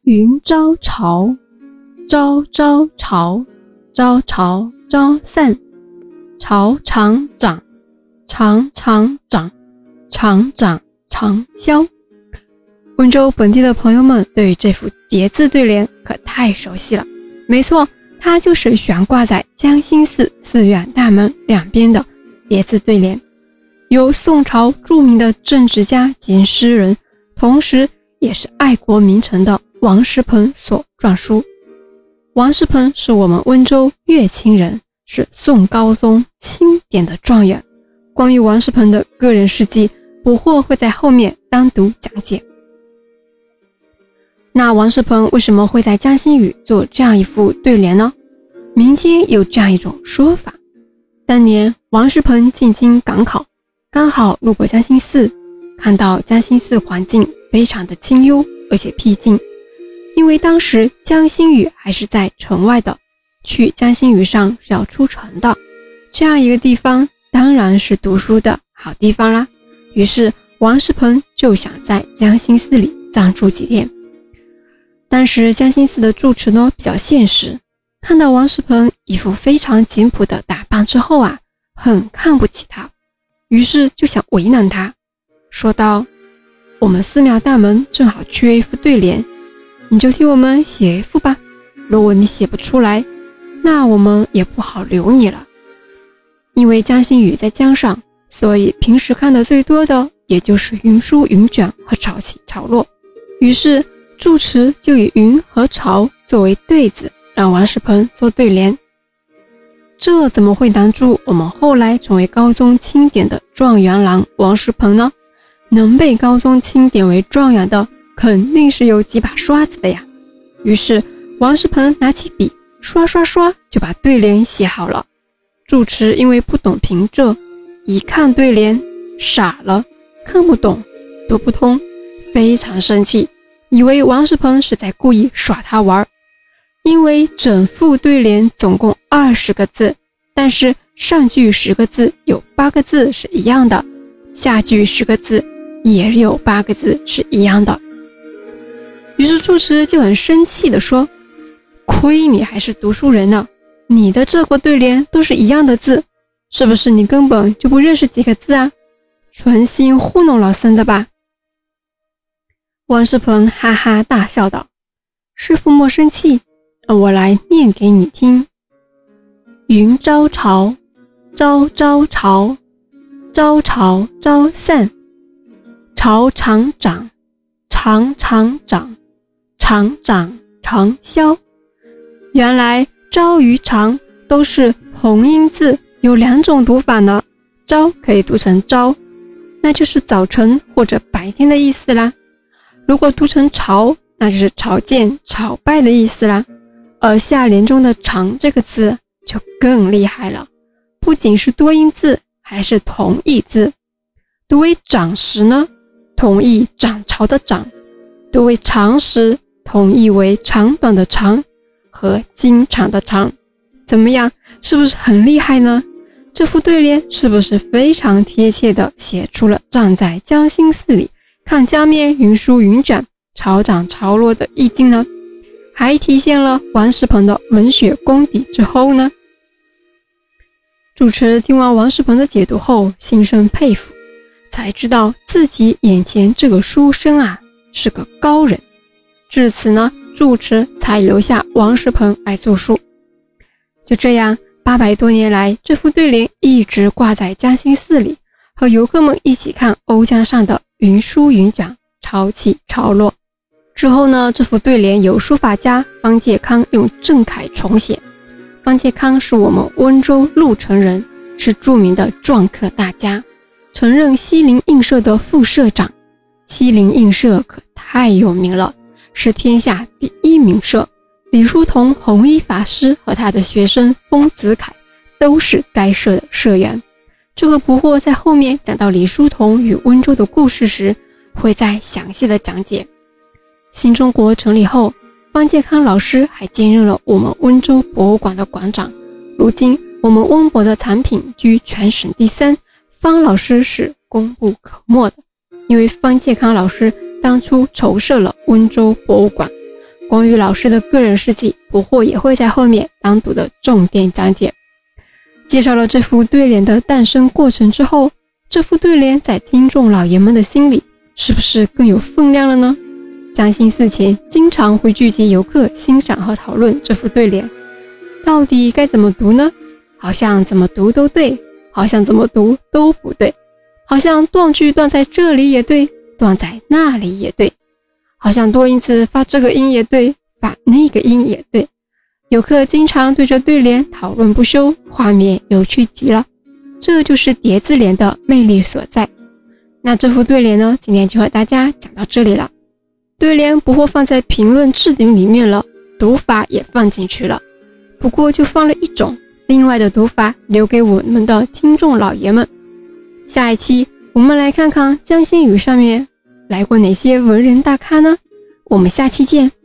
云朝潮，朝朝潮，朝潮朝散，潮长涨，长长涨，长涨长消。温州本地的朋友们对于这副叠字对联可太熟悉了。没错，它就是悬挂在江心寺寺院大门两边的叠字对联，由宋朝著名的政治家兼诗人，同时也是爱国名臣的王石鹏所撰书。王石鹏是我们温州乐清人，是宋高宗钦点的状元。关于王石鹏的个人事迹，捕获会在后面单独讲解。那王石鹏为什么会在江心屿做这样一副对联呢？民间有这样一种说法，当年王石鹏进京赶考，刚好路过江心寺，看到江心寺环境非常的清幽而且僻静，因为当时江心屿还是在城外的，去江心屿上是要出城的，这样一个地方当然是读书的好地方啦。于是王石鹏就想在江心寺里暂住几天。当时江心寺的住持呢比较现实，看到王石鹏一副非常简朴的打扮之后啊，很看不起他，于是就想为难他，说道：我们寺庙大门正好缺一副对联，你就替我们写一副吧，如果你写不出来，那我们也不好留你了。因为江心屿在江上，所以平时看的最多的也就是云舒云卷和潮起潮落，于是住持就以云和潮作为对子，让王石鹏做对联。这怎么会难住我们后来成为高宗钦点的状元郎王石鹏呢？能被高宗钦点为状元的，肯定是有几把刷子的呀。于是王石鹏拿起笔，刷刷刷就把对联写好了。住持因为不懂平仄，一看对联傻了，看不懂，读不通，非常生气，以为王石鹏是在故意耍他玩。因为整副对联总共20个字，但是上句10个字有8个字是一样的，下句10个字也有8个字是一样的。于是住持就很生气地说：亏你还是读书人呢，你的这个对联都是一样的字，是不是你根本就不认识几个字啊？存心糊弄老僧的吧？王石鹏哈哈大笑道：师父莫生气，让我来念给你听。云朝潮，朝朝潮，朝潮朝散，潮长涨，长长涨，长涨长消。原来朝与长都是同音字，有2种读法呢。朝可以读成朝，那就是早晨或者白天的意思啦。如果读成朝，那就是朝见朝拜的意思啦。而下联中的长这个字就更厉害了，不仅是多音字，还是同义字。读为长时呢，同义涨潮的涨；读为长时，同义为长短的长和经常的长。怎么样，是不是很厉害呢？这副对联是不是非常贴切地写出了站在江心寺里看江面云舒云卷，潮涨潮落的意境呢？还体现了王石鹏的文学功底之后呢？主持听完王石鹏的解读后，心生佩服，才知道自己眼前这个书生啊是个高人。至此呢，住持才留下王石鹏来做书。就这样，800多年来，这副对联一直挂在江心寺里，和游客们一起看瓯江上的云舒云卷，潮起潮落。之后呢，这副对联由书法家方介康用正楷重写。方介康是我们温州鹿城人，是著名的篆刻大家，曾任西泠印社的副社长。西泠印社可太有名了，是天下第1名社。李叔同弘一法师和他的学生丰子恺都是该社的社员。这个捕获在后面讲到李叔同与温州的故事时，会再详细的讲解。新中国成立后，方介康老师还兼任了我们温州博物馆的馆长。如今我们温博的产品居全省第3，方老师是功不可没的。因为方介康老师当初筹设了温州博物馆， 光宇老师的个人事迹，不惑也会在后面单独的重点讲解。介绍了这副对联的诞生过程之后，这副对联在听众老爷们的心里是不是更有分量了呢？江心寺前经常会聚集游客欣赏和讨论这副对联，到底该怎么读呢？好像怎么读都对，好像怎么读都不对，好像断句断在这里也对，断在那里也对，好像多音字发这个音也对，发那个音也对。游客经常对着对联讨论不休，画面有趣极了，这就是叠字联的魅力所在。那这副对联呢，今天就和大家讲到这里了。对联不惑放在评论置顶里面了，读法也放进去了，不过就放了一种，另外的读法留给我们的听众老爷们。下一期我们来看看江心屿上面来过哪些文人大咖呢？我们下期见。